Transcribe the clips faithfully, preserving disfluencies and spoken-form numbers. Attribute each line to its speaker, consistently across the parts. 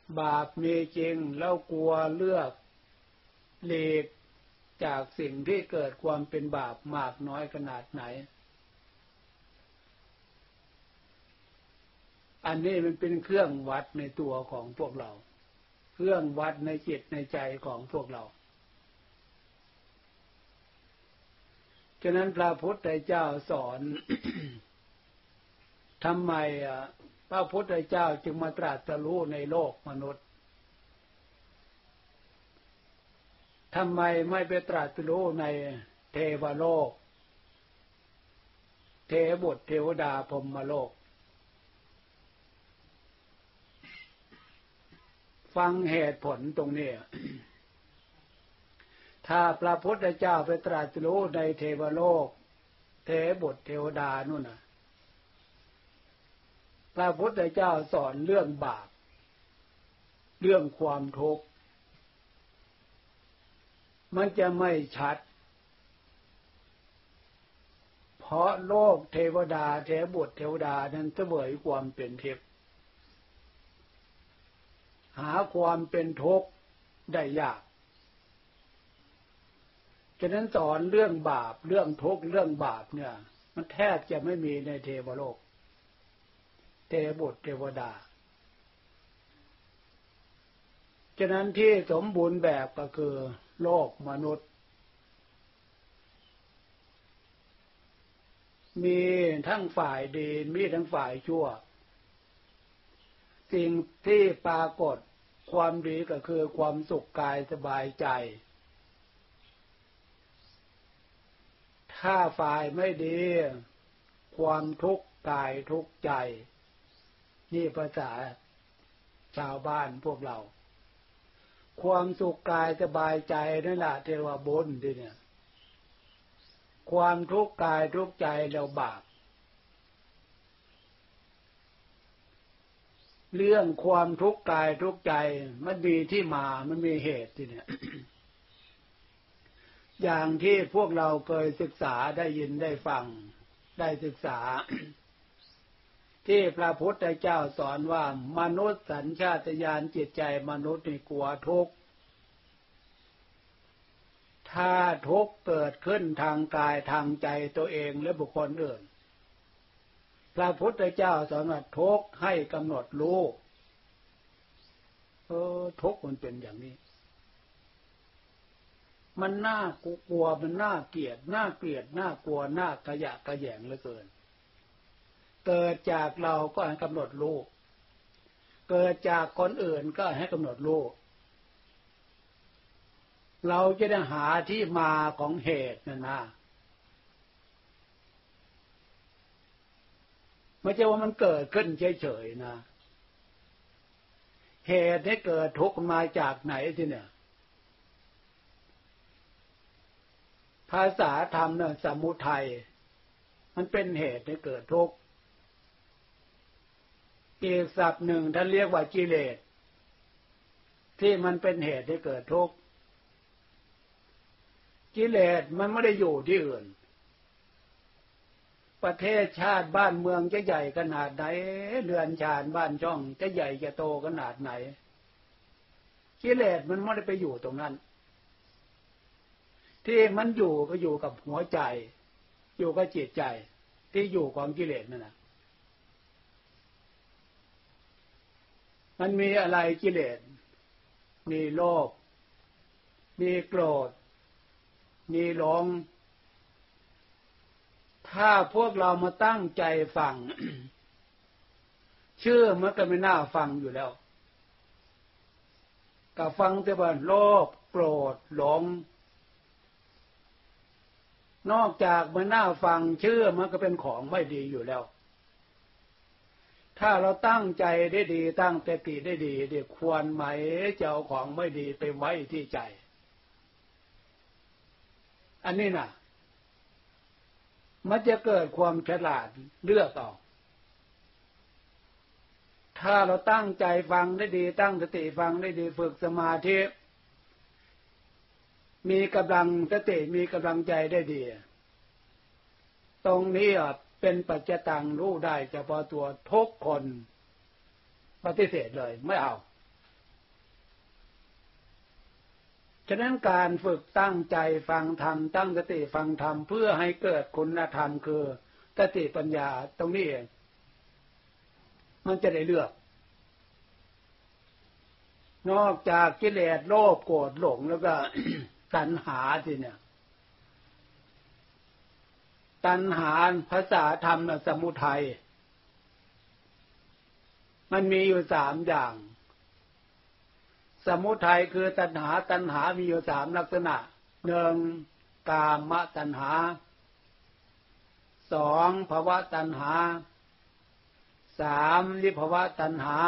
Speaker 1: บาปมีจริงแล้วกลัวเลือกหลีกจากสิ่งที่เกิดความเป็นบาปมากน้อยขนาดไหนอันนี้มันเป็นเครื่องวัดในตัวของพวกเราเครื่องวัดในจิตในใจของพวกเราฉะนั้นพระพุทธเจ้าสอน ทำไมพระพุทธเจ้าจึงมาตรัสรู้ในโลกมนุษย์ทำไมไม่ไปตรัสรู้ในเทวโลกเทวบุตรเทวดาพรหมโลกฟังเหตุผลตรงนี้ ถ้าพระพุทธเจ้าไปตรัสรู้ในเทวโลกเทวบุตรเทวดานู่นน่ะพระพุทธเจ้าสอนเรื่องบาปเรื่องความทุกข์มันจะไม่ชัดเพราะโลกเทวดาเทวบุตรเทวดานั้นเสวยความเป็นทิพย์หาความเป็นทุกข์ได้ยากฉะนั้นสอนเรื่องบาปเรื่องทุกข์เรื่องบาปเนี่ยมันแทบจะไม่มีในเทวโลกเทวบุตรเทวดาฉะนั้นที่สมบูรณ์แบบก็คือโลกมนุษย์มีทั้งฝ่ายดีมีทั้งฝ่ายชั่วสิ่งที่ปรากฏความดีก็คือความสุขกายสบายใจถ้าฝ่ายไม่ดีความทุกข์กายทุกข์ใจนี่ภาษาชาวบ้านพวกเราความสุขกายสบายใจนั่นแหละที่เรียกว่าบุญทีเนี่ยความทุกข์กายทุกข์ใจเราบาปเรื่องความทุกข์กายทุกข์ใจมันมีที่มามันมีเหตุทีเนี่ย อย่างที่พวกเราเคยศึกษาได้ยินได้ฟังได้ศึกษา ที่พระพุทธเจ้าสอนว่ามนุษย์สัญชาตญาณจิตใจมนุษย์นี่กลัวทุกข์ถ้าทุกข์เกิดขึ้นทางกายทางใจตัวเองและบุคคลอื่นพระพุทธเจ้าสอนว่าทุกข์ให้กำหนดรู้เออทุกข์มันเป็นอย่างนี้มันน่ากลัวมันน่าเกลียดน่าเกลียดน่ากลัวน่ากระยะกระแยงเหลือเกินเกิดจากเราก็ให้กำหนดรู้เกิดจากคนอื่นก็ให้กำหนดรู้เราจะได้หาที่มาของเหตุนั่นนะไม่ใช่ว่ามันเกิดขึ้นเฉยๆนะเหตุให้เกิดทุกข์มาจากไหนทีเนี่ยภาษาธรรมเนี่ยสมุทัยมันเป็นเหตุให้เกิดทุกข์อีกศัพท์หนึ่งท่านเรียกว่ากิเลสที่มันเป็นเหตุให้เกิดทุกข์กิเลสมันไม่ได้อยู่ที่อื่นประเทศชาติบ้านเมืองจะใหญ่ขนาดไหนเรือนชานบ้านช่องจะใหญ่จะโตขนาดไหนกิเลสมันไม่ได้ไปอยู่ตรงนั้นที่มันอยู่ก็อยู่กับหัวใจอยู่กับจิตใจที่อยู่ของกิเลสนั่นน่ะมันมีอะไรกิเลสมีโลภมีโกรธมีหลงถ้าพวกเรามาตั้งใจฟัง ชื่อมันก็ไม่น่าฟังอยู่แล้วก็ฟังแต่ว่าโลภโกรธหลงนอกจากมันน่าฟังชื่อมันก็เป็นของไม่ดีอยู่แล้วถ้าเราตั้งใจได้ดีตั้งสติได้ดีเดี๋ยวควรไหมจะเอาของไม่ดีไปไว้ที่ใจอันนี้น่ะมันจะเกิดความฉลาดเลือกออกถ้าเราตั้งใจฟังได้ดีตั้งสติฟังได้ดีฝึกสมาธิมีกำลังสติมีกำลังใจได้ดีตรงนี้เป็นปัจจตังรู้ได้เฉพาะตัวทุกคนปฏิเสธเลยไม่เอาฉะนั้นการฝึกตั้งใจฟังธรรมตั้งสติฟังธรรมเพื่อให้เกิดคุณธรรมคือสติปัญญาตรงนี้เองมันจะได้เลือกนอกจากกิเลสโลภโกรธหลงแล้วก็ ตัณหาสิเนี่ยตัณหาภาษาธรรมสมุทัยมันมีอยู่สามอย่างสมุทัยคือตัณหาตัณหามีอยู่สามลักษณะหนึ่งกามตัณหาสองภวตัณหาสามวิภวตัณหา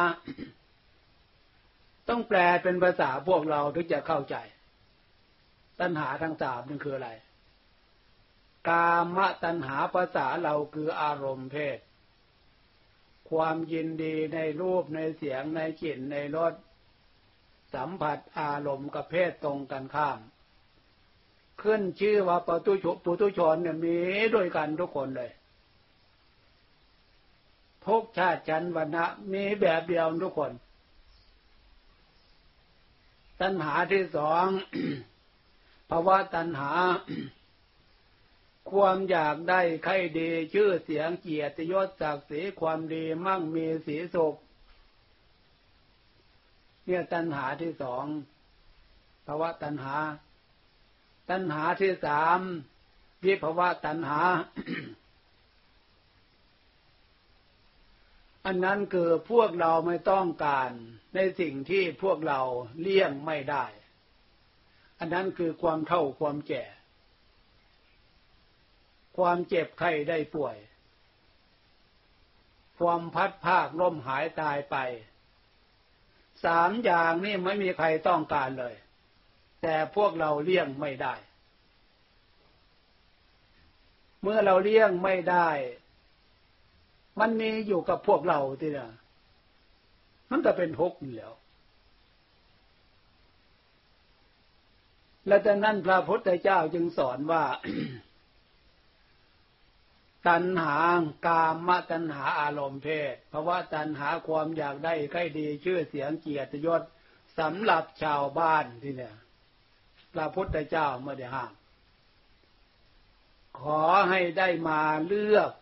Speaker 1: ต้องแปลเป็นภาษาพวกเราถึงจะเข้าใจตัณหาทั้งสามนั่นคืออะไรกามตัณหาภาษาเราคืออารมณ์เพศความยินดีในรูปในเสียงในกลิ่นในรสสัมผัสอารมณ์กับเพศตรงกันข้ามขึ้นชื่อว่าปุถุชนปุถุชนเนี่ยมีด้วยกันทุกคนเลยทุกชาติชั้นวรรณะมีแบบเดียวทุกคนตัณหาที่สอง ภวตัณหาความอยากได้ใครดีชื่อเสียงเกียรติยศศักดิ์ศรีความดีมั่งมีสีสุขเนี่ยตัณหาที่สองภวตัณหาตัณหาที่สามวิภวตัณหา อันนั้นคือพวกเราไม่ต้องการในสิ่งที่พวกเราเลี่ยงไม่ได้อันนั้นคือความเฒ่าความแก่ความเจ็บไข้ได้ป่วยความพัดภาคล้มหายตายไปสามอย่างนี้ไม่มีใครต้องการเลยแต่พวกเราเลี่ยงไม่ได้เมื่อเราเลี่ยงไม่ได้มันมีอยู่กับพวกเราทีน่ะมันก็เป็นทุกข์อยู่แล้วและจากนั้นพระพุทธเจ้าจึงสอนว่า ตัณหากามตัณหาอารมณ์เพศภวตัณหาความอยากได้ใครดีชื่อเสียงเกียรติยศสำหรับชาวบ้านที่เนี่ยพระพุทธเจ้าไม่ได้ห้ามขอให้ได้มาเลือก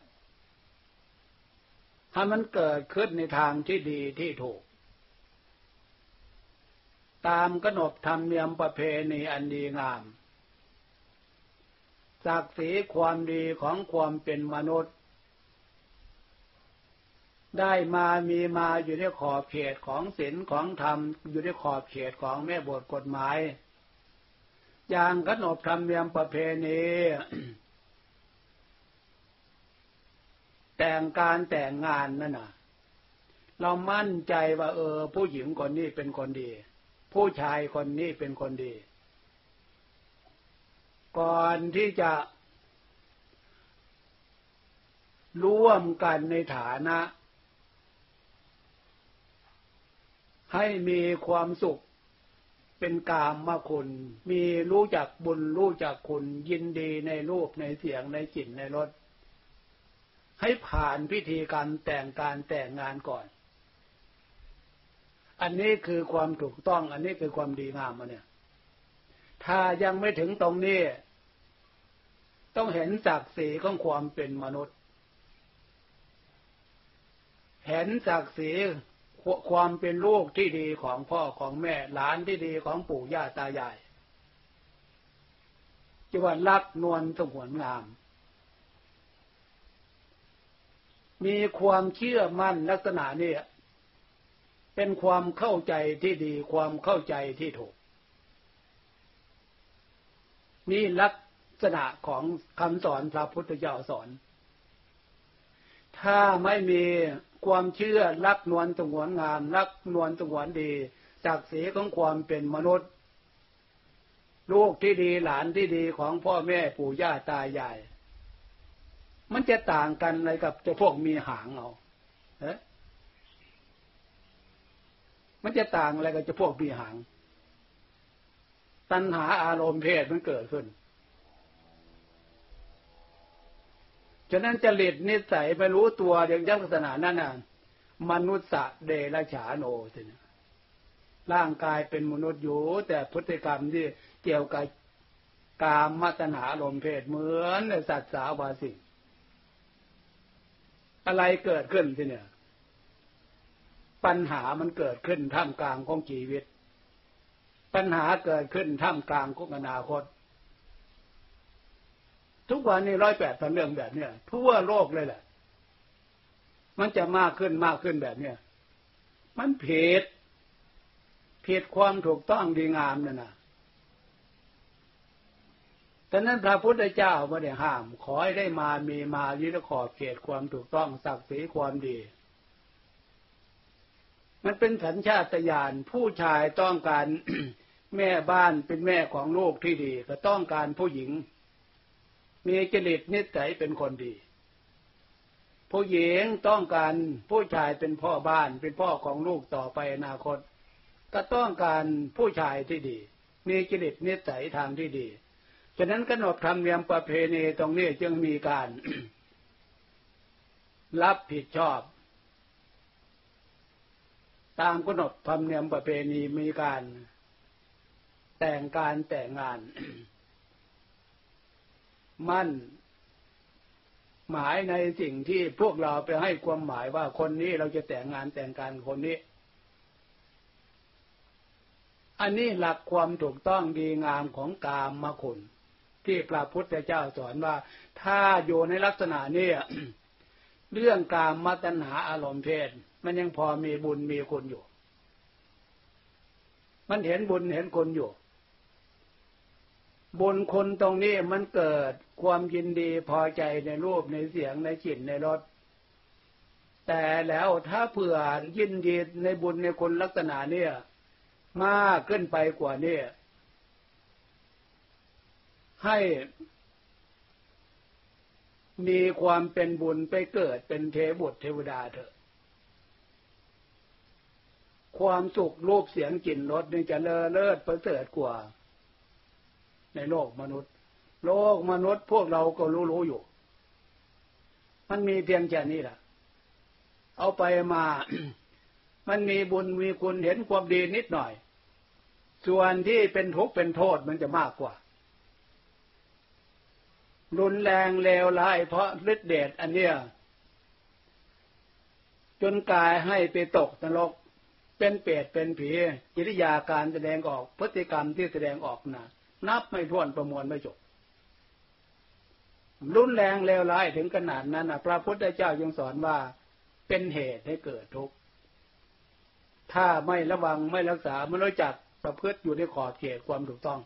Speaker 1: ให้มันเกิดขึ้นในทางที่ดีที่ถูกตามขนบธรรมเนียมประเพณีอันดีงามศักดิ์ศรีความดีของความเป็นมนุษย์ได้มามีมาอยู่ในขอบเขตของศีลของธรรมอยู่ในขอบเขตของแม่บทกฎหมายอย่างขนบธรรมเนียมประเพณี แต่งการแต่งงานนั่นน่ะเรามั่นใจว่าเออผู้หญิงคนนี้เป็นคนดีผู้ชายคนนี้เป็นคนดีก่อนที่จะร่วมกันในฐานะให้มีความสุขเป็นกามคุณมีรู้จักบุญรู้จักคุณยินดีในรูปในเสียงในกลิ่นในรสให้ผ่านพิธีการแต่งการแต่งงานก่อนอันนี้คือความถูกต้องอันนี้คือความดีงามมาเนี่ยถ้ายังไม่ถึงตรงนี้ต้องเห็นศักดิ์ศรีของความเป็นมนุษย์เห็นศักดิ์ศรีความเป็นลูกที่ดีของพ่อของแม่หลานที่ดีของปู่ย่าตายายจะว่ารักนวลสงวนงามมีความเชื่อมั่นลักษณะนี้เป็นความเข้าใจที่ดีความเข้าใจที่ถูกนี่ลักษณะของคำสอนพระพุทธเจ้าสอนถ้าไม่มีความเชื่อรักนวลสงวนงามรักนวลสงวนดีศักดิ์ศรีของความเป็นมนุษย์ลูกที่ดีหลานที่ดีของพ่อแม่ปู่ย่าตายายมันจะต่างกันอะไรกับเจ้าพวกมีหางเอาเอ๊ะมันจะต่างอะไรกับเจ้าพวกมีหางตัณหาอารมณ์เพศมันเกิดขึ้นฉะนั้นจริตนิสัยไม่รู้ตัวอย่างลักษณะนั้นน่ะมนุษย์เดรัจฉาโนสินะร่างกายเป็นมนุษย์อยู่แต่พฤติกรรมที่เกี่ยวกับกามตัณหาอารมณ์เพศเหมือนในสัตว์สาวาสิอะไรเกิดขึ้นที่เนี่ยปัญหามันเกิดขึ้นท่ามกลางของชีวิตปัญหาเกิดขึ้นท่ามกลางของอนาคตทุกวันนี้ร้อยแปดพันเรื่องแบบเนี้ยทั่วโลกเลยแหละมันจะมากขึ้นมากขึ้นแบบเนี้ยมันผิดผิดความถูกต้องดีงามนั่นนะแต่นั้นพระพุทธเจ้าไม่ได้ห้ามขอให้ได้มามีมายึดขอบเขตความถูกต้องศักดิ์ศรีความดีมันเป็นสัญชาตญาณผู้ชายต้องการ แม่บ้านเป็นแม่ของลูกที่ดีก็ต้องการผู้หญิงมีจริตนิสัยเป็นคนดีผู้หญิงต้องการผู้ชายเป็นพ่อบ้านเป็นพ่อของลูกต่อไปอนาคตก็ต้องการผู้ชายที่ดีมีจริตนิสัยทางที่ดีฉะนั้นกำหนดธรรมเนียมประเพณีตรงนี้จึงมีการ รับผิดชอบตามกำหนดธรรมเนียมประเพณีมีการแต่งการแต่งงาน มั่นหมายในสิ่งที่พวกเราไปให้ความหมายว่าคนนี้เราจะแต่งงานแต่งการคนนี้อันนี้หลักความถูกต้องดีงามของกามคุณที่พระพุทธเจ้าสอนว่าถ้าอยู่ในลักษณะนี้ เรื่องกามตัณหาอารมณ์เพศมันยังพอมีบุญมีคุณอยู่มันเห็นบุญเห็นคุณอยู่บุญคุณตรงนี้มันเกิดความยินดีพอใจในรูปในเสียงในกลิ่นในรสแต่แล้วถ้าเผื่อยินดีในบุญในคุณลักษณะนี้มากขึ้นไปกว่านี้ให้มีความเป็นบุญไปเกิดเป็นเทพบุตรเทวดาเถอะความสุขรูปเสียงกลิ่นรสนี่จะเลอเลิศประเสริฐกว่าในโลกมนุษย์โลกมนุษย์พวกเราก็รู้ๆอยู่มันมีเพียงแค่นี้แหละเอาไปมา มันมีบุญมีคุณเห็นความดีนิดหน่อยส่วนที่เป็นทุกข์เป็นโทษมันจะมากกว่ารุนแรงเลวร้ายเพราะฤทธิเดชอันเนี้ยจนกายให้ไปตกนรกเป็นเปรตเป็นผีกิริยาการแสดงออกพฤติกรรมที่แสดงออกนะนับไม่ถ้วนประมวลไม่จบรุนแรงเลวร้ายถึงขนาดนั้นนะพระพุทธเจ้ายังสอนว่าเป็นเหตุให้เกิดทุกข์ถ้าไม่ระวังไม่รักษาไม่รู้จักประพฤติอยู่ในขอบเขตความถูกต้อง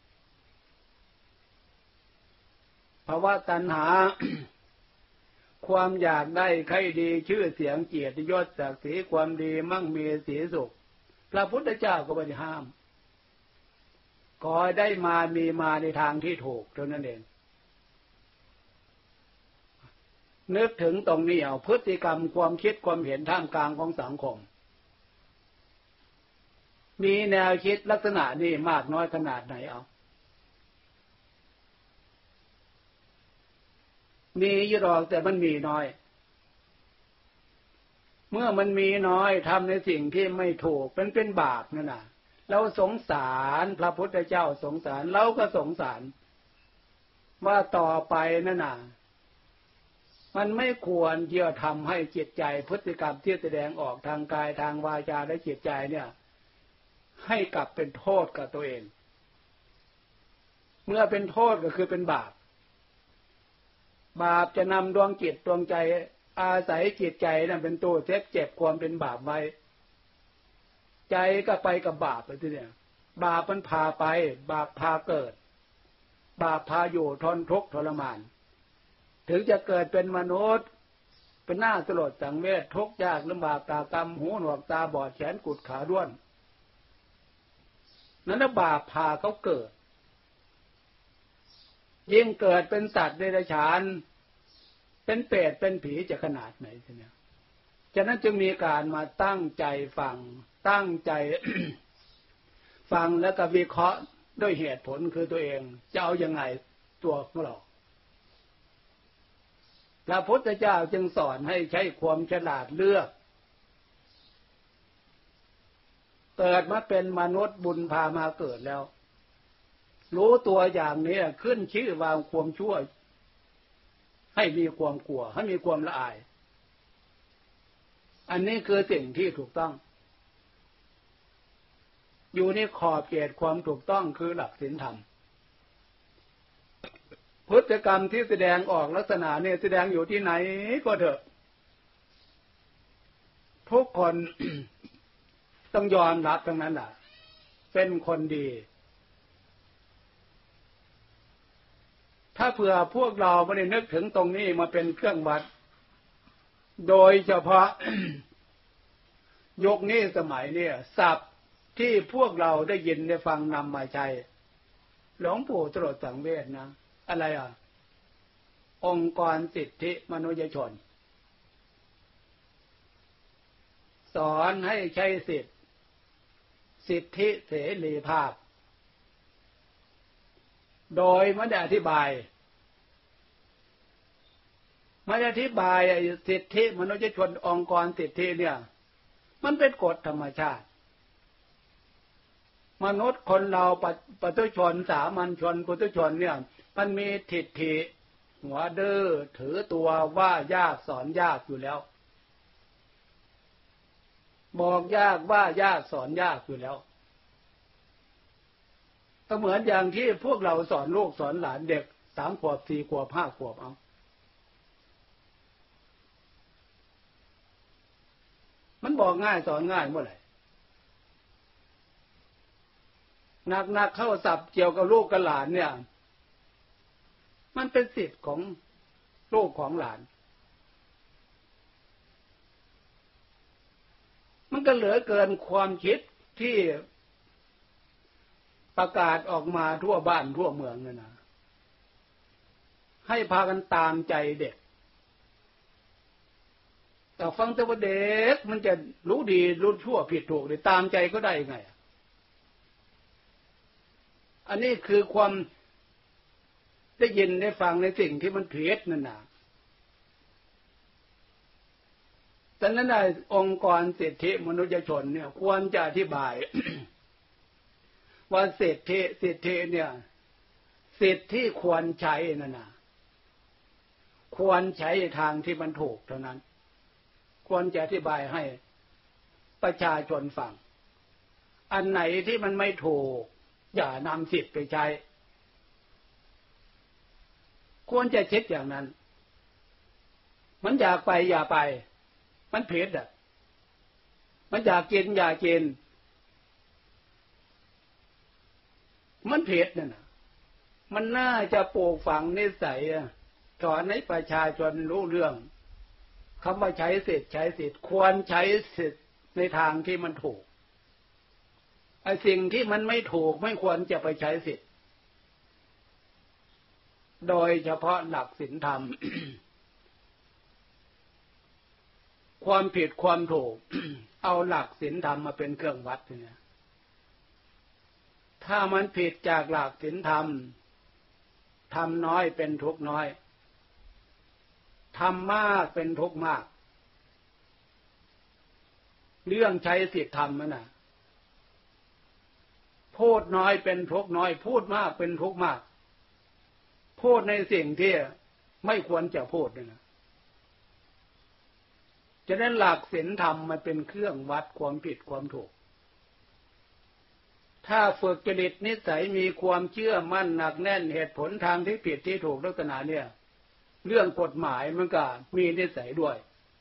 Speaker 1: ภาวะตัณหา ความอยากได้ใครดีชื่อเสียงเกียรติยศศักดิ์ศรีความดีมั่งมีสีสุขพระพุทธเจ้าก็ไม่ได้ห้ามขอได้มามีมาในทางที่ถูกเท่านั้นเองนึกถึงตรงนี้เอาพฤติกรรมความคิดความเห็นท่ามกลางของสังคมมีแนวคิดลักษณะนี้มากน้อยขนาดไหนเอามีอยู่หรอกแต่มันมีน้อยเมื่อมันมีน้อยทำในสิ่งที่ไม่ถูกเป็นเป็นบาปนั่นน่ะเราสงสารพระพุทธเจ้าสงสารเราก็สงสารว่าต่อไปนั่นน่ะมันไม่ควรที่จะทำให้จิตใจพฤติกรรมที่แสดงออกทางกายทางวาจาและจิตใจเนี่ยให้กลับเป็นโทษกับตัวเองเมื่อเป็นโทษก็คือเป็นบาปบาปจะนำดวงจิตดวงใจอาศัยจิตใจนั่นเป็นตัวเจ็บเจ็บความเป็นบาปไว้ใจก็ไปกับบาปไปทีเดียวบาปมันพาไปบาปพาเกิดบาปพาอยู่ทนทุกข์ทรมานถึงจะเกิดเป็นมนุษย์เป็นหน้าสลดสังเวชทุกข์ยากลำบากตากรรมหูหนวกตาบอดแขนกุดขาด้วนนั้นนะบาปพาเขาเกิดยิ่งเกิดเป็นสัตว์เดรัจฉานเป็นเปรตเป็นผีจะขนาดไหนทีเนี้ยฉะนั้นจึงมีการมาตั้งใจฟังตั้งใจ ฟังแล้วก็วิเคราะห์ด้วยเหตุผลคือตัวเองจะเอายังไงตัวของเราพระพุทธเจ้าจึงสอนให้ใช้ความฉลาดเลือกเกิดมาเป็นมนุษย์บุญพามาเกิดแล้วรู้ตัวอย่างนี้ขึ้นชื่อวางความชั่วให้มีความกลัวให้มีความละอายอันนี้คือสิ่งที่ถูกต้องอยู่ในขอบเขตความถูกต้องคือหลักศีลธรรมพฤติกรรมที่แสดงออกลักษณะเนี่ยแสดงอยู่ที่ไหนก็เถอะทุกคน ต้องยอมรับทั้งนั้นแหละเป็นคนดีถ้าเผื่อพวกเราไม่ได้นึกถึงตรงนี้มาเป็นเครื่องวัดโดยเฉพาะ ยกนี้สมัยเนี่ยศัพท์ที่พวกเราได้ยินได้ฟังนำมาใช้หลวงปู่ตรัสสังเวชนะอะไรอ่ะองค์กรสิทธิมนุษยชนสอนให้ใช้สิทธิสิทธิเสรีภาพโดยไม่ได้อธิบายไม่ได้อธิบายสิทธิมนุษยชนองค์กรสิทธิเนี่ยมันเป็นกฎธรรมชาติมนุษย์คนเราปุถุชนสามัญชนปุถุชนเนี่ยมันมีทิฏฐิหัวดื้อถือตัวว่ายากสอนยากอยู่แล้วบอกยากว่ายากสอนยากอยู่แล้วก็เหมือนอย่างที่พวกเราสอนลูกสอนหลานเด็กสามขวบสี่ขวบห้าขวบเอามันบอกง่ายสอนง่ายเมื่อไหร่หนักๆเข้าศัพท์เกี่ยวกับลูกกับหลานเนี่ยมันเป็นสิทธิ์ของลูกของหลานมันก็เหลือเกินความคิดที่ประกาศออกมาทั่วบ้านทั่วเมืองนั่นนะให้พากันตามใจเด็กแต่ฟังแต่ว่าเด็กมันจะรู้ดีรู้ชั่วผิดถูกหรือตามใจก็ได้ไงอันนี้คือความได้ยินได้ฟังในสิ่งที่มันผิดนั่นนะแต่นั้นในองค์กรสิทธิมนุษยชนเนี่ยควรจะอธิบาย ว่าสิทธิสิทธิเนี่ยสิทธิที่ควรใช้นั่นนะควรใช้ทางที่มันถูกเท่านั้นควรจะอธิบายให้ประชาชนฟังอันไหนที่มันไม่ถูกอย่านำสิทธิ์ไปใช้ควรจะเช็ดอย่างนั้นมันอยากไปอย่าไปมันผิดอ่ะมันอยากกินอย่ากินมันผิดนั่นน่ะมันน่าจะปลูกฝังนิสัยสอนให้ประชาชนรู้เรื่องคำว่าใช้สิทธิ์ใช้สิทธิ์ควรใช้สิทธิ์ในทางที่มันถูกไอ้สิ่งที่มันไม่ถูกไม่ควรจะไปใช้สิทธิ์โดยเฉพาะหลักศีลธรรม ความผิดความถูก เอาหลักศีลธรรมมาเป็นเครื่องวัดเนี่ยถ้ามันผิดจากหลักศีลธรรมทำน้อยเป็นทุกข์น้อยทำมากเป็นทุกข์มากเรื่องใช้สิทธิธรรมมันน่ะพูดน้อยเป็นทุกข์น้อยพูดมากเป็นทุกข์มากพูดในสิ่งที่ไม่ควรจะพูดนะฉะนั้นหลักศีลธรรมมันเป็นเครื่องวัดความผิดความถูกถ้าฝึกจริตนิสัยมีความเชื่อมั่นหนักแน่นเหตุผลทางที่ผิดที่ถูกลักษณะเนี่ยเรื่องกฎหมายมันก็มีนิสัยด้วย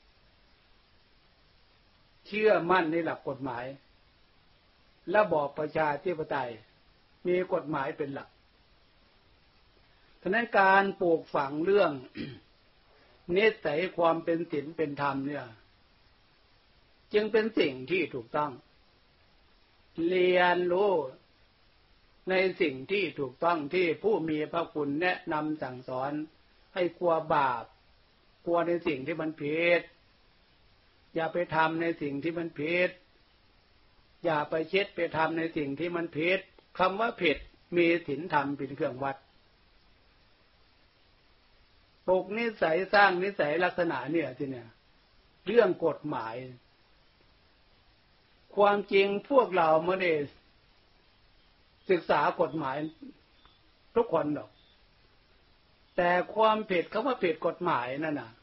Speaker 1: เชื่อมั่นในหลักกฎหมายระบอบประชาธิปไตยมีกฎหมายเป็นหลักฉะนั้นการปลูกฝังเรื่อง นิสัยความเป็นศีลเป็นธรรมเนี่ยจึงเป็นสิ่งที่ถูกต้องเรียนรู้ในสิ่งที่ถูกต้องที่ผู้มีพระคุณแนะนำสั่งสอนให้กลัวบาปกลัวในสิ่งที่มันผิดอย่าไปทำในสิ่งที่มันผิดอย่าไปเช็ดไปทำในสิ่งที่มันผิดคำว่าผิดมีศีลธรรมเป็นเครื่องวัดปลูกนิสัยสร้างนิสัยลักษณะเนี่ยที่เนี่ยเรื่องกฎหมายความจริงพวกเราไม่ได้ศึกษากฎหมายทุกคนหรอกแต่ความผิดเขาว่าผิดกฎหมายนั่นน่ะ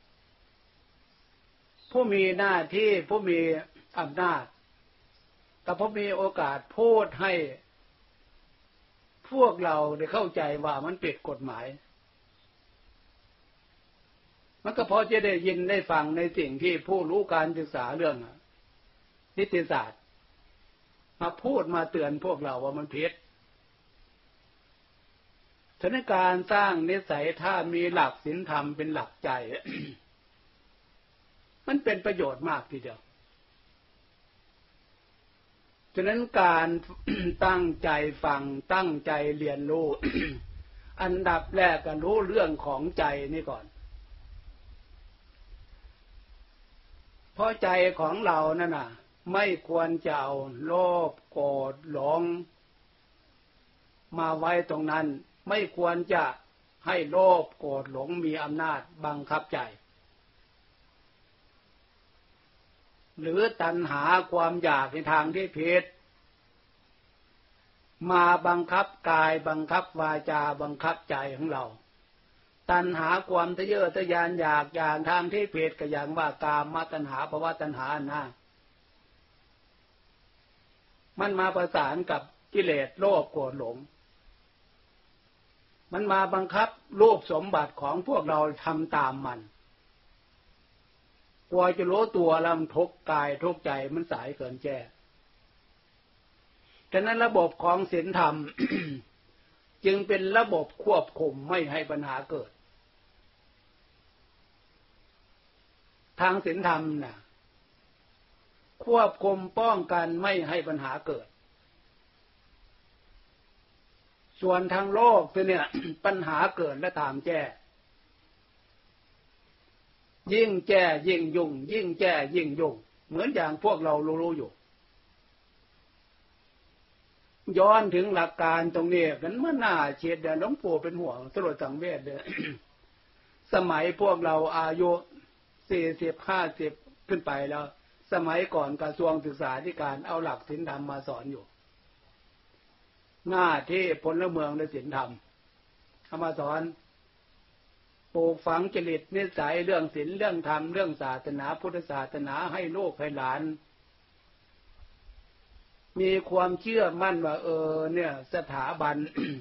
Speaker 1: ผู้มีหน้าที่ผู้มีอำนาจแต่พอมีโอกาสพูดให้พวกเราได้เข้าใจว่ามันผิดกฎหมายมันก็พอจะได้ยินได้ฟังในสิ่งที่ผู้รู้การศึกษาเรื่องนิติศาสตร์มาพูดมาเตือนพวกเราว่ามันผิดฉะนั้นการสร้างนิสัยถ้ามีหลักศีลธรรมเป็นหลักใจ มันเป็นประโยชน์มากทีเดียวฉะนั้นการ ตั้งใจฟังตั้งใจเรียนรู้ อันดับแรกก็รู้เรื่องของใจนี่ก่อนเพราะใจของเรานั่นน่ะไม่ควรจะเอาโลภโกรธหลงมาไว้ตรงนั้นไม่ควรจะให้โลภโกรธหลงมีอำนาจบังคับใจหรือตัณหาความอยากในทางที่ผิดมาบังคับกายบังคับวาจาบังคับใจของเราตัณหาความทะเยอทะยานอยากอย่างทางที่ผิดก็อย่างว่ากามตัณหาภวตัณหานะมันมาประสานกับกิเลสโลภโกรธหลงมันมาบังคับรูปสมบัติของพวกเราทำตามมันกลัวจะรู้ตัวแล้วมันทุกข์กายทุกข์ใจมันสายเกินแก้ฉะนั้นระบบของศีลธรรม จึงเป็นระบบควบคุมไม่ให้ปัญหาเกิดทางศีลธรรมน่ะควบคุมป้องกันไม่ให้ปัญหาเกิดส่วนทางโลกตัวเนี่ย ปัญหาเกิดและตามแก้ยิ่งแก้ยิ่งยุ่งยิ่งแก้ยิ่งยุ่งเหมือนอย่างพวกเรารู้ๆอยู่ย้อนถึงหลักการตรงนี้กันเมื่อหน้าเฉียดเดินหลวงปู่เป็นห่วงสลดสังเวชเด้อ สมัยพวกเราอายุสี่สิบห้าสิบขึ้นไปแล้วสมัยก่อนกระทรวงศึกษาธิการเอาหลักศีลธรรมมาสอนอยู่หน้าที่พลเมืองในศีลธรรมเอามาสอนปลูกฝังจริตนิสัยเรื่องศีลเรื่องธรรมเรื่องศาสนาพุทธศาสนาให้ลูกให้หลานมีความเชื่อมั่นว่าเออเนี่ยสถาบัน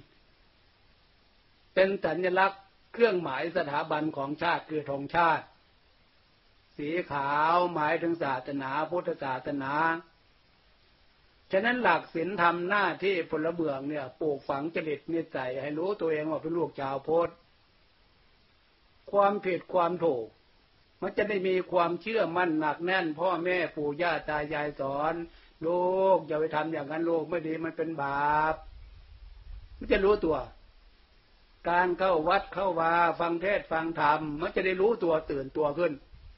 Speaker 1: เป็นสัญลักษณ์เครื่องหมายสถาบันของชาติคือธงชาติสีขาวหมายถึงศาสนาพุทธศาสนาฉะนั้นหลักศีลธรรมหน้าที่พลเมืองเนี่ยปลูกฝังจริตนิสัยให้รู้ตัวเองว่าเป็นลูกชาวพุทธความผิดความถูกมันจะได้มีความเชื่อมั่นหนักแน่นพ่อแม่ปู่ย่าตายายสอนลูกอย่าไปทำอย่างนั้นลูกไม่ดีมันเป็นบาปมันจะรู้ตัวการเข้าวัดเข้าวาฟังเทศน์ฟังธรรมมันจะได้รู้ตัวตื่นตัวขึ้น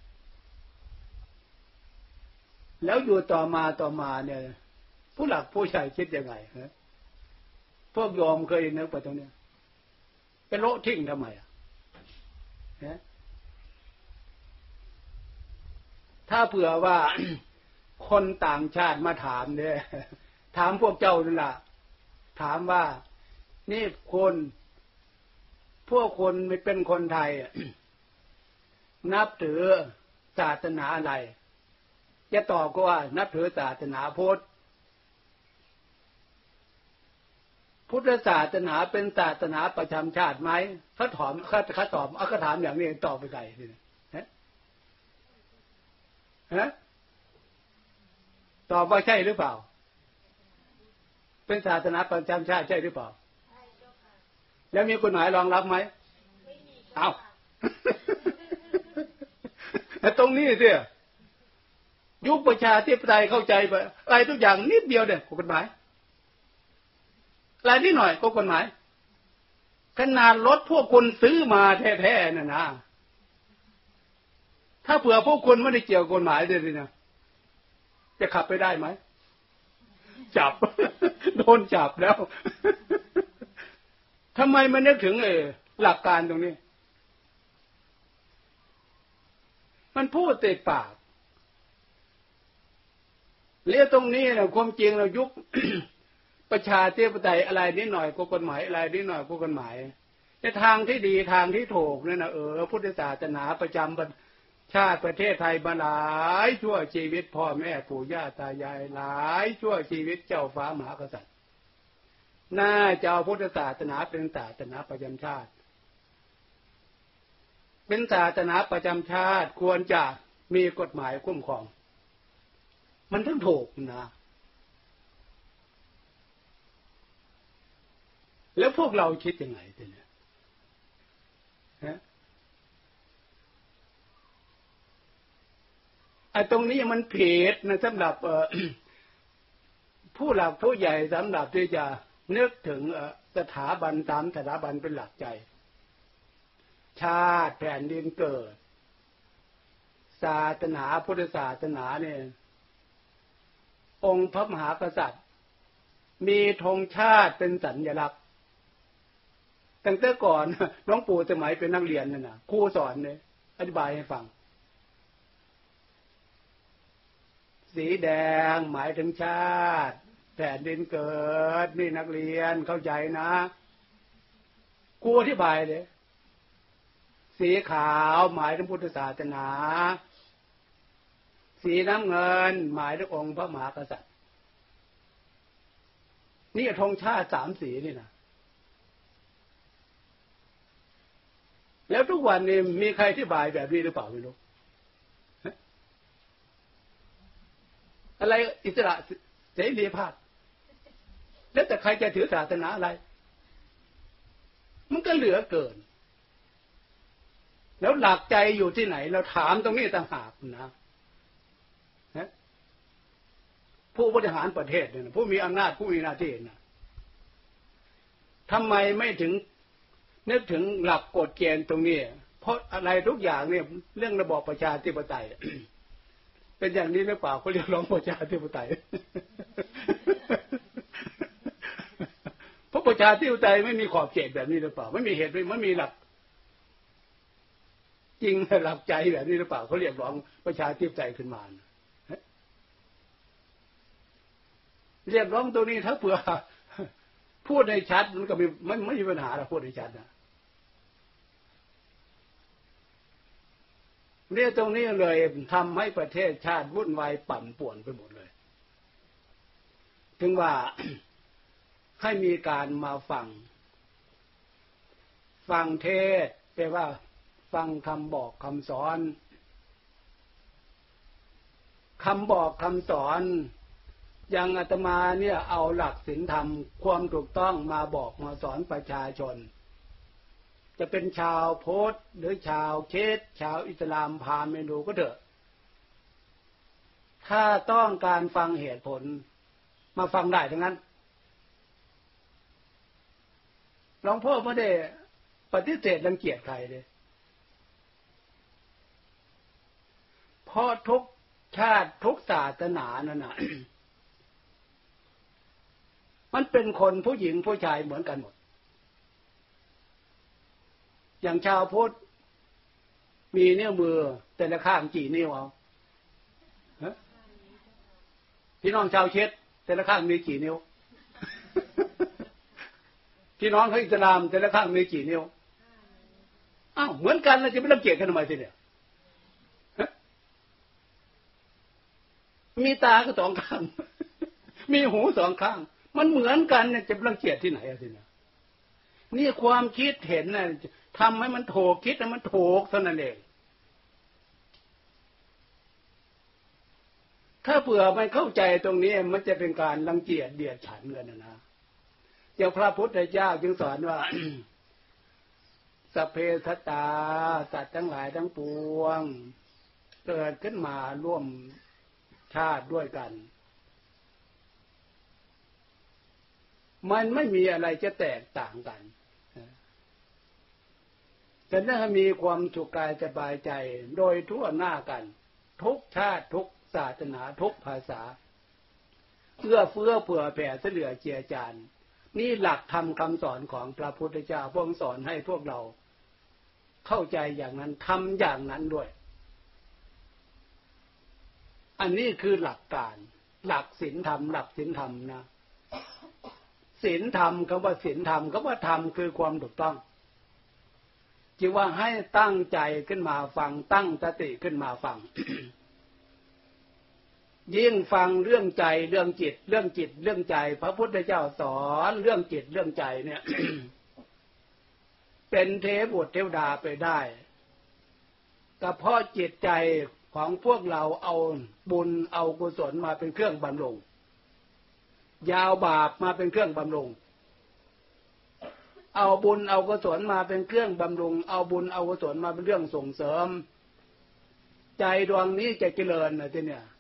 Speaker 1: แล้วอยู่ต่อมาต่อมาเนี่ยผู้หลักผู้ใหญ่คิดยังไงฮะพวกโยมเคยนึกไปตรงนี้ไปโละทิ้งทำไมอ่ะถ้าเผื่อว่า คนต่างชาติมาถามเนี่ยถามพวกเจ้านั่นล่ะถามว่านี่คนพวกคนไม่เป็นคนไทย นับถือศาสนาอะไรจะตอบก็ว่านับถือศาสนาพุทธพุทธศาสนาเป็นศาสนาประจำชาติไหมเขาถามเขาเขาตอบเอาเขาถามอย่างนี้ตอบไปไกลฮะฮะตอบว่าใช่หรือเปล่าเป็นศาสนาประจำชาติใช่หรือเปล่าแล้วมีกฎหมายรองรับไหมเอาตรงนี้สิยุคประชาธิปไตยเข้าใจไปอะไรทุกอย่างนิดเดียวเนี่ยกฎหมายอะไรนิดหน่อยก็กฎหมายขนาดรถพวกคุณซื้อมาแท้ๆน่ะนะถ้าเผื่อพวกคุณไม่ได้เกี่ยวกับกฎหมายเลยนะจะขับไปได้ไหมจับ โดนจับแล้ว ทำไมมันนึกถึงเออหลักการตรงนี้มันพูดติดปากเรื่องตรงนี้นะความจริงเรายุค ประชาธิปไตยอะไรนิดหน่อยก็กฎหมายอะไรนิดหน่อยก็กฎหมายในทางที่ดีทางที่ถูกเนี่ยนะเออพุทธศาสนาประจำชาติประเทศไทยมาหลายชั่วชีวิตพ่อแม่ปู่ย่าตายายหลายชั่วชีวิตเจ้าฟ้ามหากษัตริย์น่าจะเอาพุทธศาสนาเป็นศาสนาประจำชาติเป็นศาสนาประจำชาติควรจะมีกฎหมายคุ้มครองมันต้องถูกนะแล้วพวกเราคิดยังไงทีนี้ฮะไอ้ตรงนี้มันผิดนะสำหรับผู้หลักผู้ใหญ่สำหรับที่จะนึกถึงสถาบันตามสถาบันเป็นหลักใจชาติแผ่นดินเกิดศาสนาพุทธศาสนาเนี่ยองค์พระมหากษัตริย์มีธงชาติเป็นสัญลักษณ์ตั้งแต่ก่อนหลวงปู่สมัยเป็นนักเรียนนั่นน่ะครูสอนเนี่ยอธิบายให้ฟังสีแดงหมายถึงชาติแผ่นดินเกิดนี่นักเรียนเข้าใจนะครูอธิบายเลยสีขาวหมายถึงพุทธศาสนาสีน้ำเงินหมายถึงองค์พระมหากษัตริย์นี่ธงชาติสามสีนี่นะแล้วทุกวันนี้มีใครอธิบายแบบนี้หรือเปล่าไม่รู้อะไรอิสระเสรีภาพแล้วแต่ใครจะถือศาสนาอะไรมันก็เหลือเกินแล้วหลักใจอยู่ที่ไหนเราถามตรงนี้ต่างหากนะผู้บริหารประเทศเนี่ยผู้มีอำนาจผู้มีหน้าที่นะทำไมไม่ถึงนึกถึงหลักกฎเกณฑ์ตรงนี้เพราะอะไรทุกอย่างเนี่ยเรื่องระบอบประชาธิปไตย เป็นอย่างนี้หรือเปล่าเขาเรียกร้องประชาธิปไตย เพราะประชาธิปไตยไม่มีขอบเขตแบบนี้หรือเปล่าไม่มีเหตุไม่มีหลักจริงหลักใจแบบนี้หรือเปล่าเขาเรียกร้องประชาธิปไตยขึ้นมาเรียกร้องตัวนี้ถ้าเผื่อพูดให้ชัดมันก็ไม่ไม่ไม่มีปัญหาหรอกพูดให้ชัดนะเรื่องตรงนี้เลยทำให้ประเทศชาติวุ่นวายปั่นป่วนไปหมดเลยถึงว่าให้มีการมาฟังฟังเทศแปลว่าฟังคำบอกคำสอนคำบอกคำสอนอย่างอาตมาเนี่ยเอาหลักศีลธรรมความถูกต้องมาบอกมาสอนประชาชนจะเป็นชาวพุทธหรือชาวคริสต์ชาวอิสลามพราหมณ์ฮินดูก็เถอะถ้าต้องการฟังเหตุผลมาฟังได้ทั้งนั้นหลวงพ่อไม่ได้ปฏิเสธรังเกียจใครเลยเพราะทุกชาติทุกศาสนานั่นน่ะ มันเป็นคนผู้หญิงผู้ชายเหมือนกันหมดอย่างชาวพุทธมีนิ้วมือแต่ละข้างกี่นิ้วเอาพี่น้องชาวเช็ดแต่ละข้างมีกี่นิ้ว พี่น้องเขาอิสลามแต่ละข้างมีกี่นิ้วอ้าวเหมือนกันแล้วจะไม่รังเกียจกันทำไมทีเนี่ยมีตาก็สองข้าง มีหูสองข้างมันเหมือนกันเนี่ยจะรังเกียจที่ไหนอะทีเนี่ยนี่ความคิดเห็นน่ะทำให้มันถูกคิดให้มันถูกเท่านั้นเองถ้าเผื่อไม่เข้าใจตรงนี้มันจะเป็นการรังเกียจเดียดฉันกันนะนะอย่างพระพุทธเจ้าจึงสอนว่า สัพเพสัตตาสัตว์ทั้งหลายทั้งปวงเกิดขึ้นมาร่วมชาติด้วยกันมันไม่มีอะไรจะแตกต่างกันแต่ถ้ามีความสุขกายสบายใจโดยทั่วหน้ากันทุกชาติทุกศาสนาทุกภาษาเอื้อเฟื้อเผื่อแผ่เฉลี่ยเจียจานนี่หลักธรรมคำสอนของพระพุทธเจ้าพระองค์สอนให้พวกเราเข้าใจอย่างนั้นทำอย่างนั้นด้วยอันนี้คือหลักการหลักศีลธรรมหลักศีลธรรมนะศีลธรรมคำว่าศีลธรรมคำว่าธรรมคือความถูกต้องจึงว่าให้ตั้งใจขึ้นมาฟังตั้งสติขึ้นมาฟัง ยิ่งฟังเรื่องใจเรื่องจิตเรื่องจิตเรื่องใจพระพุทธเจ้าสอนเรื่องจิตเรื่องใจเนี่ย เป็นเทพบุตรเทวดาไปได้ก็เพราะจิตใจของพวกเราเอาบุญเอากุศลมาเป็นเครื่องบำรุงยาวบาปมาเป็นเครื่องบำรุงเอาบุญเอากุศลมาเป็นเครื่องบำรุงเอาบุญเอากุศลมาเป็นเรื่องส่งเสริมใจดวงนี้จะเจริญนะทีเนี่ย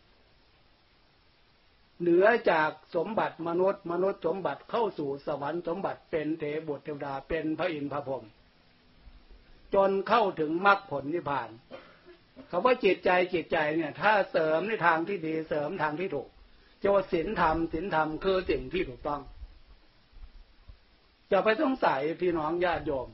Speaker 1: เหนือจากสมบัติมนุษย์มนุษย์สมบัติเข้าสู่สวรรค์สมบัติเป็นเทพบุตรเทวดาเป็นพระอินทร์พระพรหมจนเข้าถึงมรรคผลนิพพานคำว่าจิตใจจิตใจเนี่ยถ้าเสริมในทางที่ดีเสริมทางที่ถูกจะว่าศีลธรรมศีลธรรมคือสิ่งที่ถูกต้องจะไปสงสัยพี่น้องญาติโยม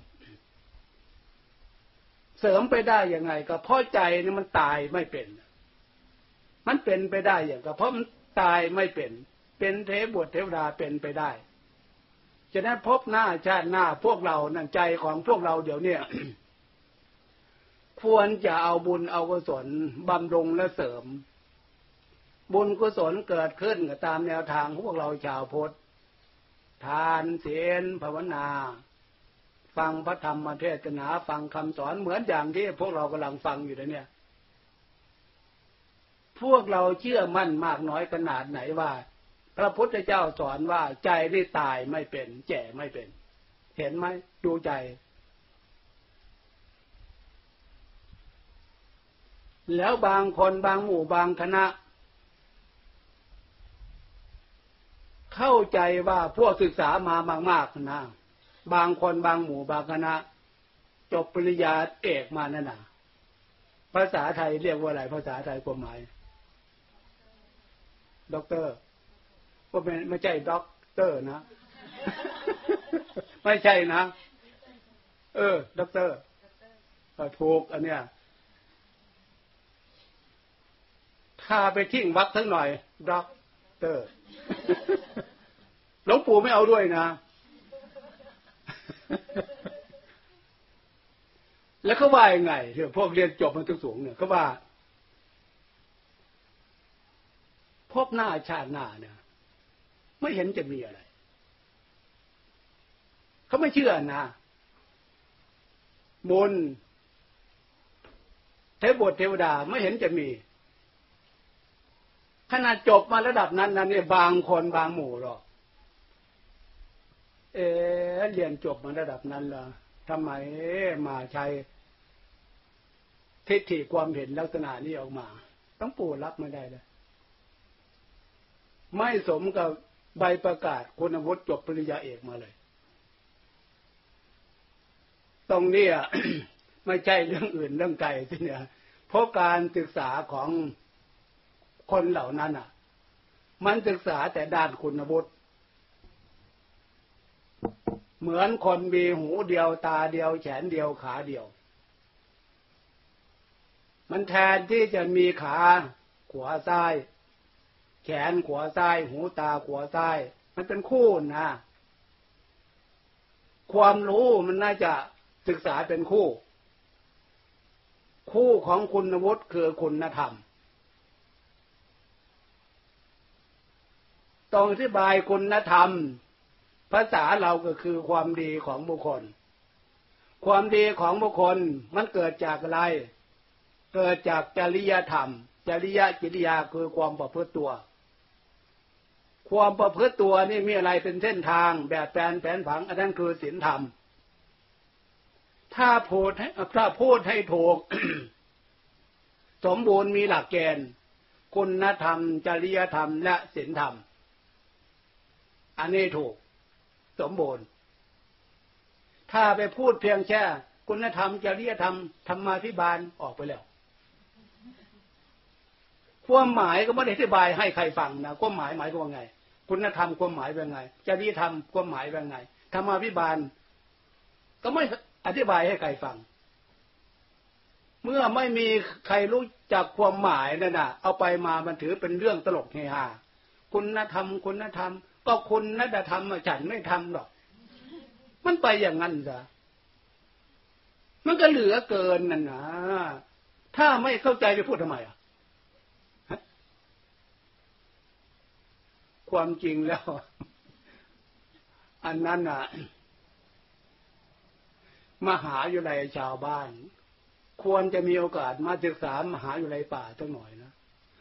Speaker 1: เสริมไปได้ยังไงก็เพราะใจนี่มันตายไม่เป็นมันเป็นไปได้อย่างก็เพราะมันตายไม่เป็นเป็นเทพบุตรเทวดาเป็นไปได้ฉะนั้นพบหน้าชาติหน้าพวกเรานั่นใจของพวกเราเดี๋ยวนี้ ควรจะเอาบุญเอากุศลบำรุงและเสริมบุญกุศลเกิดขึ้นก็ตามแนวทางของพวกเราชาวพุทธทานศีลภาวนาฟังพระธรรมเทศนาฟังคำสอนเหมือนอย่างที่พวกเรากำลังฟังอยู่เนี่ยพวกเราเชื่อมั่นมากน้อยขนาดไหนว่าพระพุทธเจ้าสอนว่าใจได้ตายไม่เป็นแก่ไม่เป็นเห็นไหมดูใจแล้วบางคนบางหมู่บางคณะเข้าใจว่าพวกศึกษามามากๆนะบางคนบางหมู่บางคณะจบปริญญาเอกมานั่นน่ะภาษาไทยเรียกว่าอะไรภาษาไทยความหมายด็อกเตอร์ก็ไม่ไม่ใช่ด็อกเตอร์นะ ไม่ใช่นะเออด็อกเตอร์ถูกอันเนี้ยถ้าไปทิ้งวักทั้งหน่อยด็อกเตอร์หลวงปู่ไม่เอาด้วยนะ แล้วเขาว่ายังไงที่พวกเรียนจบมาสูงเนี่ยเขาว่าพบหน้าชาติหน้าเนี่ยไม่เห็นจะมีอะไรเขาไม่เชื่อนะบุญเทพบุตรเทวดาไม่เห็นจะมีขนาดจบมาระดับนั้นนั้นเนี่ยบางคนบางหมู่หรอกเออเรียนจบมาระดับนั้นล่ะทำไมมาใช้ทิฏฐิความเห็นลักษณะนี้ออกมาต้องปู่รับไม่ได้เลยไม่สมกับใบประกาศคุณวุฒิจบปริญญาเอกมาเลยตรงนี้ ไม่ใช่เรื่องอื่นเรื่องไกลที่เนี่ยเพราะการศึกษาของคนเหล่านั้นอ่ะมันศึกษาแต่ด้านคุณวุฒิเหมือนคนมีหูเดียวตาเดียวแขนเดียวขาเดียวมันแทนที่จะมีขาขวาซ้ายแขนขวาซ้ายหูตาขวาซ้ายมันเป็นคู่นะความรู้มันน่าจะศึกษาเป็นคู่คู่ของคุณวุฒิคือคุณธรรมต้องอธิบายคุณธรรมภาษาเราก็คือความดีของบุคคลความดีของบุคคลมันเกิดจากอะไรเกิดจากจริยธรรมจริยกิริยาคือความประพฤติตัวความประพฤติตัวนี่มีอะไรเป็นเส้นทางแบบแผนแผนผังอันนั้นคือศีลธรรมถ้าพูดให้ถ้าพูดให้ถูก สมบูรณ์มีหลักเกณฑ์คุณธรรมจริยธรรมและศีลธรรมอันนี้ถูกสมบูรณ์ถ้าไปพูดเพียงแค่คุณธรรมจริยธรรมธรรมาภิบาลออกไปแล้วความหมายก็ไม่ได้อธิบายให้ใครฟังนะความหมายหมายว่าไงคุณธรรมความหมายเป็นไงจริยธรรมความหมายเป็นไงธรรมาภิบาลก็ไม่อธิบายให้ใครฟังเมื่อไม่มีใครรู้จักความหมายนั่นน่ะเอาไปมามันถือเป็นเรื่องตลกเฮฮาคุณธรรมคุณธรรมก็คุณนัตธรรมฉันไม่ทำหรอกมันไปอย่างนั้นซะมันก็เหลือเกินนั่นนะถ้าไม่เข้าใจจะพูดทำไมอ่ะความจริงแล้วอันนั้นน่ะมหาวิทยาลัยชาวบ้านควรจะมีโอกาสมาศึกษามหาวิทยาลัยป่าสักหน่อยนะ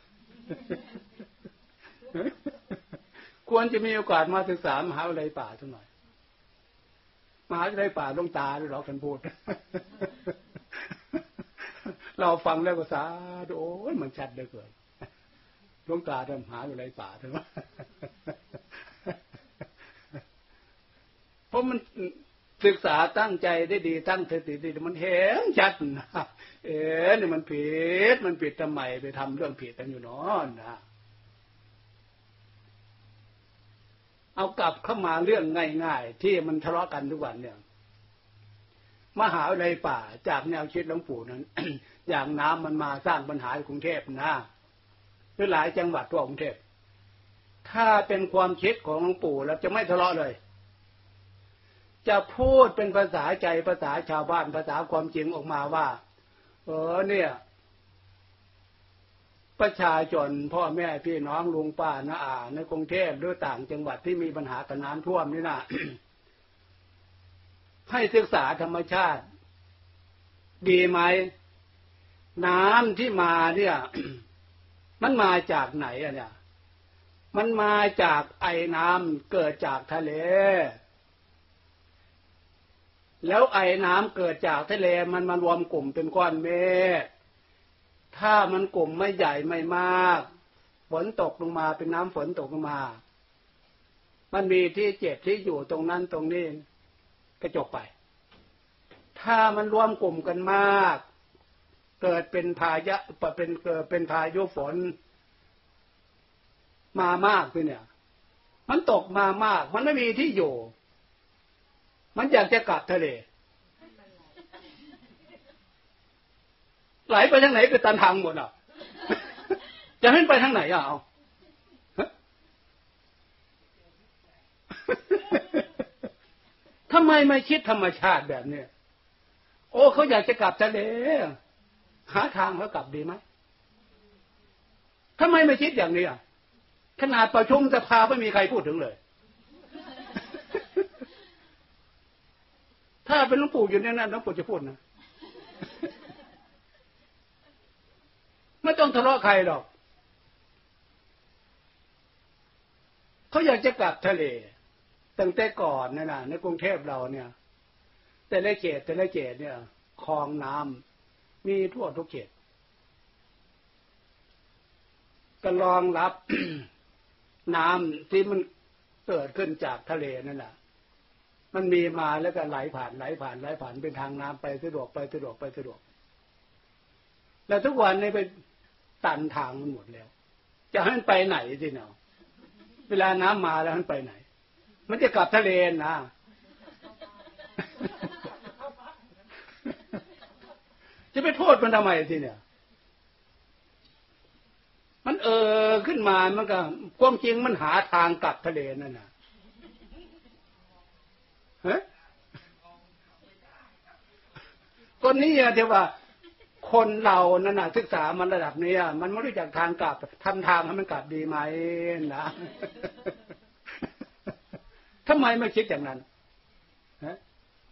Speaker 1: ควรจะมีโอกาสมาศึกษามหาวิทยาลัยป่าสักหน่อยมหาวิทยาลัยป่าลงตาด้วยหรอกท่านพูดเราฟังแล้วก็สาธุโอ้ยมันชัดเหลือเกินลงตาทำมหาวิทยาลัยป่าใช่ไหมเพราะมันศึกษาตั้งใจได้ดีตั้งสติดีมันเห็นชัดนะเอ๊ะนี่มันผิดมันผิดทำไมไปทำเรื่องผิดกันอยู่นอนนะเอากลับเข้ามาเรื่องง่ายๆที่มันทะเลาะกันทุกวันเนี่ยมหาวิทยาลัยป่าจากแนวคิดหลวงปู่นั้น อย่างน้ำมันมาสร้างปัญหาในกรุงเทพนะหรือหลายจังหวัดทั่วกรุงเทพถ้าเป็นความคิดของหลวงปู่แล้วจะไม่ทะเลาะเลยจะพูดเป็นภาษาใจภาษาชาวบ้านภาษาความจริงออกมาว่าเออเนี่ยประชาชนพ่อแม่พี่น้องลุงป้าน้าอาในกรุงเทพหรือต่างจังหวัดที่มีปัญหากับน้ำท่วมนี่นะ ให้ศึกษาธรรมชาติดีไหมน้ำที่มาเนี่ย มันมาจากไหนอ่ะเนี่ยมันมาจากไอ้น้ำเกิดจากทะเลแล้วไอ้น้ำเกิดจากทะเลมันมารวมกลุ่มเป็นก้อนเมฆถ้ามันกลุ่มไม่ใหญ่ไม่มากฝนตกลงมาเป็นน้ำฝนตกลงมามันมีที่เจ็บที่อยู่ตรงนั้นตรงนี้ก็จบไปถ้ามันรวมกลุ่มกันมากเกิดเป็นพายุเป็นเกิดเป็นพายุฝนมามากเลยเนี่ยมันตกมามากมันไม่มีที่อยู่มันอยากจะกลับทะเลไหลไปทางไหนก็ตันทางหมดอ่ะจะให้ไปทางไหนอ่ะเอาทำไมไม่คิดธรรมชาติแบบนี้โอ้เขาอยากจะกลับทะเลหาทางเขากลับดีไหมทำไมไม่คิดอย่างนี้อ่ะขนาดประชุมสภาไม่มีใครพูดถึงเลยถ้าเป็นหลวงปู่อยู่ในนั้นหลวงปู่จะพูดนะไม่ต้องทะเลาะใครหรอกเขาอยากจะกลับทะเลตั้งแต่ก่อนนั่นน่ะในกรุงเทพเราเนี่ยแต่ละเขตแต่ละเขตเนี่ยคลองน้ำมีทั่วทุกเขตก็รองรับ น้ำที่มันเกิดขึ้นจากทะเลนั่นแหละมันมีมาแล้วก็ไหลผ่านไหลผ่านไหลผ่านเป็นทางน้ำไปสะดวกไปสะดวกไปสะดวกแล้วทุกวันนี้ไปตันทางมันหมดแล้วจะให้มันไปไหนสิเนาะเวลาน้ำมาแล้วมันไปไหนมันจะกลับทะเลนะจะไปโทษมันทำไมสิเนี่ยมันเออขึ้นมามันก็ความจริงมันหาทางกลับทะเลนั่นน่ะฮะคนนี้ที่ว่าคนเรานั่นน่ะศึกษามันระดับนี้มันไม่รู้จักทางกลับทำทางให้มันกลับดีไหมนะทำไมไม่คิดอย่างนั้นฮะ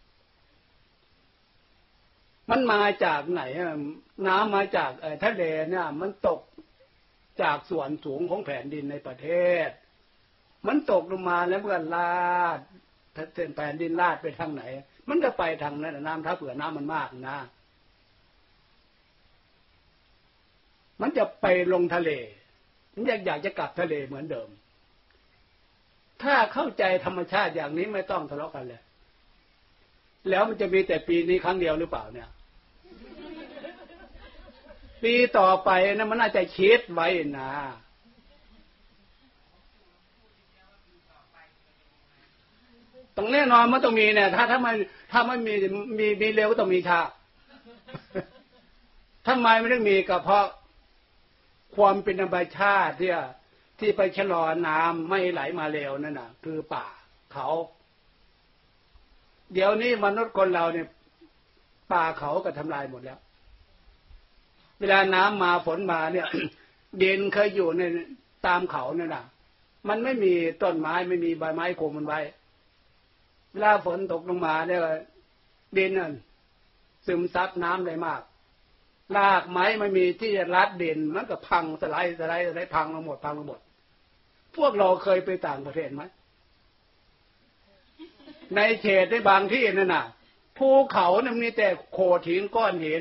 Speaker 1: มันมาจากไหนน้ำมาจากทะเลเนี่ยมันตกจากส่วนสูงของแผ่นดินในประเทศมันตกลงมาแล้วมันก็ลาดเส้นแผ่นดินลาดไปทางไหนมันก็ไปทางนั้นน้ำถ้าเผื่อน้ำมันมากนะมันจะไปลงทะเลมันอยากอยากจะกลับทะเลเหมือนเดิมถ้าเข้าใจธรรมชาติอย่างนี้ไม่ต้องทะเลาะกันเลยแล้วมันจะมีแต่ปีนี้ครั้งเดียวหรือเปล่าเนี่ยปีต่อไปนะมันน่าจะคิดไว้นะต้องแน่นอนมันต้องมีเนี่ยถ้าถ้ามันถ้ามันมีมีมีเร็วก็ต้องมีช้าทำไมไม่ได้มีก็เพราะความเป็นธรรมชาติที่ที่ไปชะลอน้ำไม่ไหลมาเร็วนั่นน่ะคือป่าเขาเดี๋ยวนี้มนุษย์คนเราเนี่ยป่าเขาก็ทำลายหมดแล้วเวลาน้ำมาฝนมาเนี่ย ดินเคยอยู่ในตามเขาเนี่ยนะมันไม่มีต้นไม้ไม่มีใบไม้คุมมันไว้เวลาฝนตกลงมาเนี่ยดินนั่นซึมซับน้ำได้มากรากไม้ไม่มีที่จะรัดดินมันก็พังสไลด์สไลด์สไลด์พังลงหมดพังลงหมดพวกเราเคยไปต่างประเทศไหมในเขตในบางที่นั่นน่ะภูเขาเนี่ยมีแต่โขดหินก้อนหิน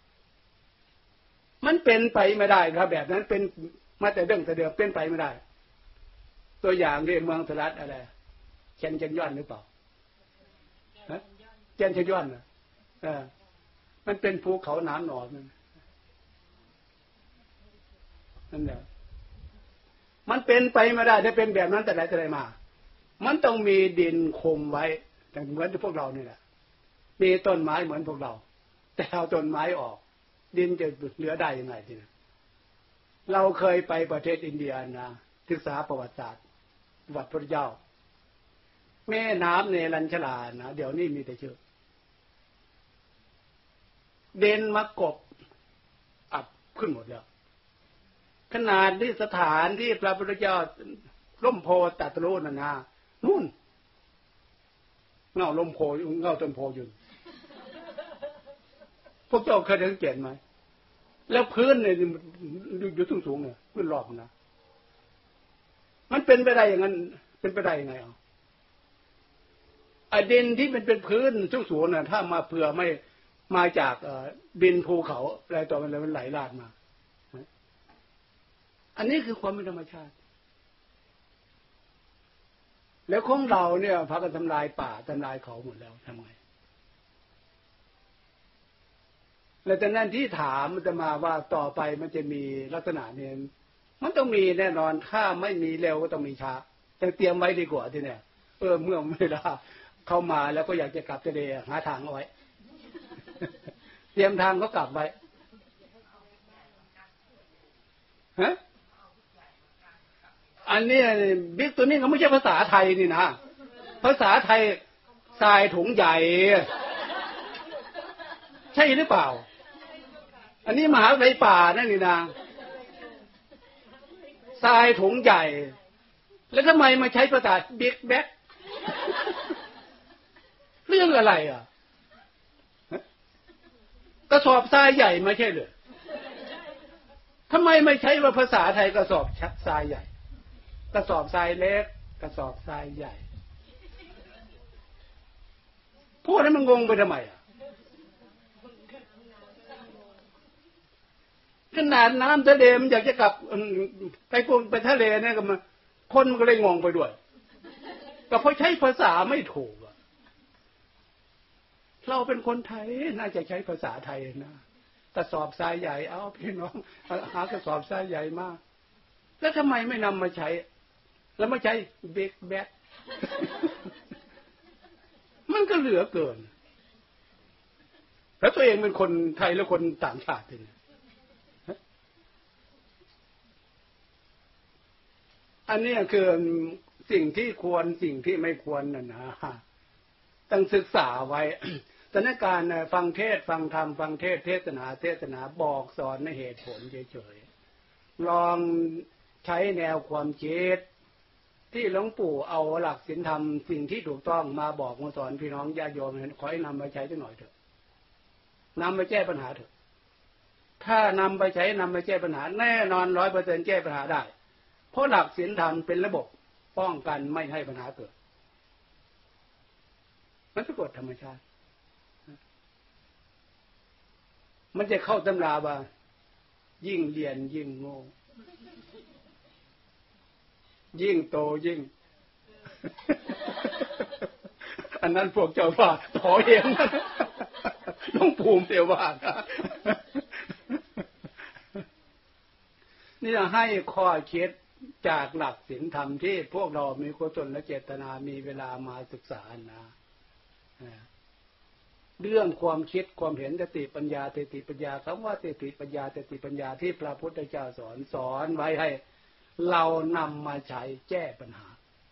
Speaker 1: มันเป็นไปไม่ได้ครับแบบนั้นเป็นมาแต่เรื่องแต่เดิมเป็นไปไม่ได้ตัวอย่างที่เมืองสลัดอะไรเชนเชนย้อนหรือเปล่าฮะเชนเชนย้อนนะเออมันเป็นภูเขาหนามหนอนนั่นแหละมันเป็นไปไม่ได้ถ้าเป็นแบบนั้นแต่ไหนแต่ไรมามันต้องมีดินคมไว้เหมือนที่พวกเรานี่แหละมีต้นไม้เหมือนพวกเราแต่เอาต้นไม้ออกดินจะเหลือได้ยังไงทีนี้เราเคยไปประเทศอินเดียนะศึกษาประวัติศาสตร์ประวัติพระเจ้าแม่น้ำเนรัญชลานะเดี๋ยวนี้มีแต่ชื่อเด่นมากบอับขึ้นหมดแล้วขนาดที่สถานที่พระพุทธเจ้าล่มโพธิ์ตรัสรู้นั่นนะนู่นเงาล่มโพธิ์เงาต้นโพธิ์อยู่พวกเจ้าเคยสังเกตไหมแล้วพื้นเนี่ยอยู่สูงสูงเนี่ยพื้นรอบนะมันเป็นไปได้อย่างนั้นเป็นไปได้ยังไงอ่ะไอ้ดินที่มันเป็นพื้นสูงสูงน่ะถ้ามาเผื่อไม่มาจากดินภูเขาอะไรต่อมันเลยมันไหลลาดมาอันนี้คือความเป็นธรรมชาติแล้วของเราเนี่ยพากันทำลายป่าทำลายเขาหมดแล้วทำไงแล้วแต่นั่นที่ถามมันจะมาว่าต่อไปมันจะมีลักษณะเนี่ยมันต้องมีแน่นอนถ้าไม่มีเร็วก็ต้องมีช้าแต่เตรียมไว้ดีกว่าทีเนี่ยเออเมื่อเวลาเข้ามาแล้วก็อยากจะกลับทะเลหาทางเอาไว้ เตรียมทางก็กลับไว้ฮะอันนี้บิ๊กตัวนี้เขาไม่ใช่ภาษาไทยนี่นะภาษาไทยทรายถุงใหญ่ใช่หรือเปล่าอันนี้มหาวิทยาลัยป่านั่นนี่นะทรายถุงใหญ่แล้วทำไมมาใช้ภาษาบิ๊กแบ็คเรื่องอะไรอ่ะกระสอบทรายใหญ่ไม่ใช่เหรอทำไมไม่ใช้ว่าภาษาไทยกระสอบทรายใหญ่กระสอบทรายเล็กกระสอบทรายใหญ่พูดให้มันงงไปทำไมอ่ะขนาดน้ำทะเลมันอยากจะกลับไปกงไปทะเลเนี่ยก็มาคนมันก็เลยงงไปด้วยก็เพราะใช้ภาษาไม่ถูกอะเราเป็นคนไทยน่าจะใช้ภาษาไทยนะกระสอบทรายใหญ่เอาพี่น้องหากระสอบทรายใหญ่มากแล้วทำไมไม่นำมาใช้แล้วมาใช้เบกแบ็คมันก็เหลือเกินแล้วตัวเองเป็นคนไทยแล้วคนต่างชาติเนี่ยอันนี้คือสิ่งที่ควรสิ่งที่ไม่ควรน่ะนะต้องศึกษาไว้สถานการณ์ฟังเทศฟังธรรมฟังเทศเทศนาเทศนาบอกสอนในเหตุผลเฉยๆลองใช้แนวความคิดที่หลวงปู่เอาหลักศีลธรรมสิ่งที่ถูกต้องมาบอกมาสอนพี่น้องญาติโยมขอให้นำไปใช้สักหน่อยเถอะนำไปแก้ปัญหาเถอะถ้านำไปใช้นำไปแก้ปัญหาแน่นอนร้อยเปอร์เซ็นต์แก้ปัญหาได้เพราะหลักศีลธรรมเป็นระบบป้องกันไม่ให้ปัญหาเกิดมันเป็นกฎธรรมชาติมันจะเข้าตำราว่ายิ่งเรียนยิ่งโง่ยิ่งโตยิ่ง อันนั้นพวกเจ้าว่าขอเองต้องภูมิเทวานะนี่ให้ข้อคิดจากหลักศีลธรรมที่พวกเรามีกุศลและเจตนามีเวลามาศึกษานะเรื่องความคิดความเห็นสติปัญญาสติปัญญาคำว่าสติปัญญาสติปัญญาที่พระพุทธเจ้าสอนสอนไว้ให้เรานำมาใช้แก้ปัญหา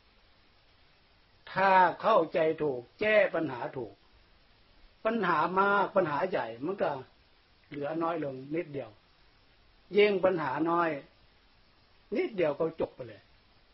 Speaker 1: ถ้าเข้าใจถูกแก้ปัญหาถูกปัญหามากปัญหาใหญ่มันก็เหลือน้อยลงนิดเดียวยิ่งปัญหาน้อยนิดเดียวก็จบไปเลย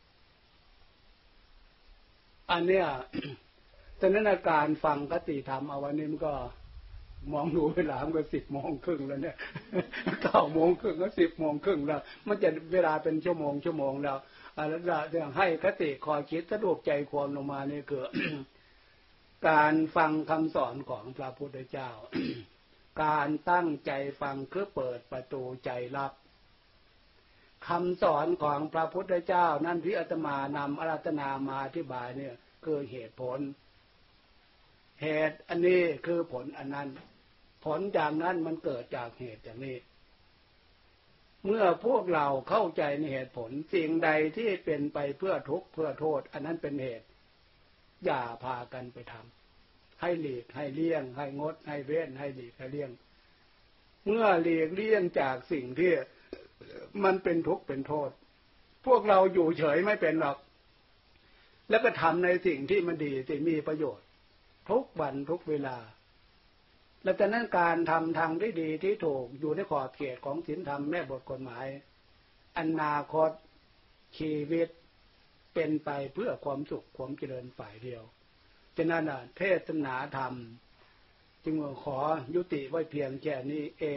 Speaker 1: อันเนี้ย ฉะนั้นอาการฟังคติธรรมเอาวันนี้มันก็มองดูเวลามันก็สิบโมงครึ่งแล้วเนี่ยเก้าโมงครึ่งก็สิบโมงครึ่งแล้วมันจะเวลาเป็นชั่วโมงชั่วโมงแล้วแล้วจะให้คติคอยคิดสะดวกใจความลงมานี่คือ การฟังคำสอนของพระพุทธเจ้า การตั้งใจฟังคือเปิดประตูใจรับคำสอนของพระพุทธเจ้านั่นที่อาตมานำอาราธนามาอธิบายเนี่ยคือเหตุผลเหตุอันนี้คือผลอันนั้นผลจากนั้นมันเกิดจากเหตุอย่างนี้เมื่อพวกเราเข้าใจในเหตุผลสิ่งใดที่เป็นไปเพื่อทุกข์เพื่อโทษอันนั้นเป็นเหตุอย่าพากันไปทำให้หลีกให้เลี่ยงให้งดให้เว้นให้หลีกให้เลี่ยงเมื่อหลีกเลี่ยงจากสิ่งที่มันเป็นทุกข์เป็นโทษพวกเราอยู่เฉยไม่เป็นหรอกแล้วก็ทำในสิ่งที่มันดีที่มีประโยชน์ทุกวันทุกเวลาและจากนั้นการทำทางที่ดีที่ถูกอยู่ในขอบเขตของศีลธรรมและบทกฎหมายอนาคตชีวิตเป็นไปเพื่อความสุขความเจริญฝ่ายเดียวฉะนั้นเทศนาธรรมจึงขอยุติไว้เพียงแค่นี้เอง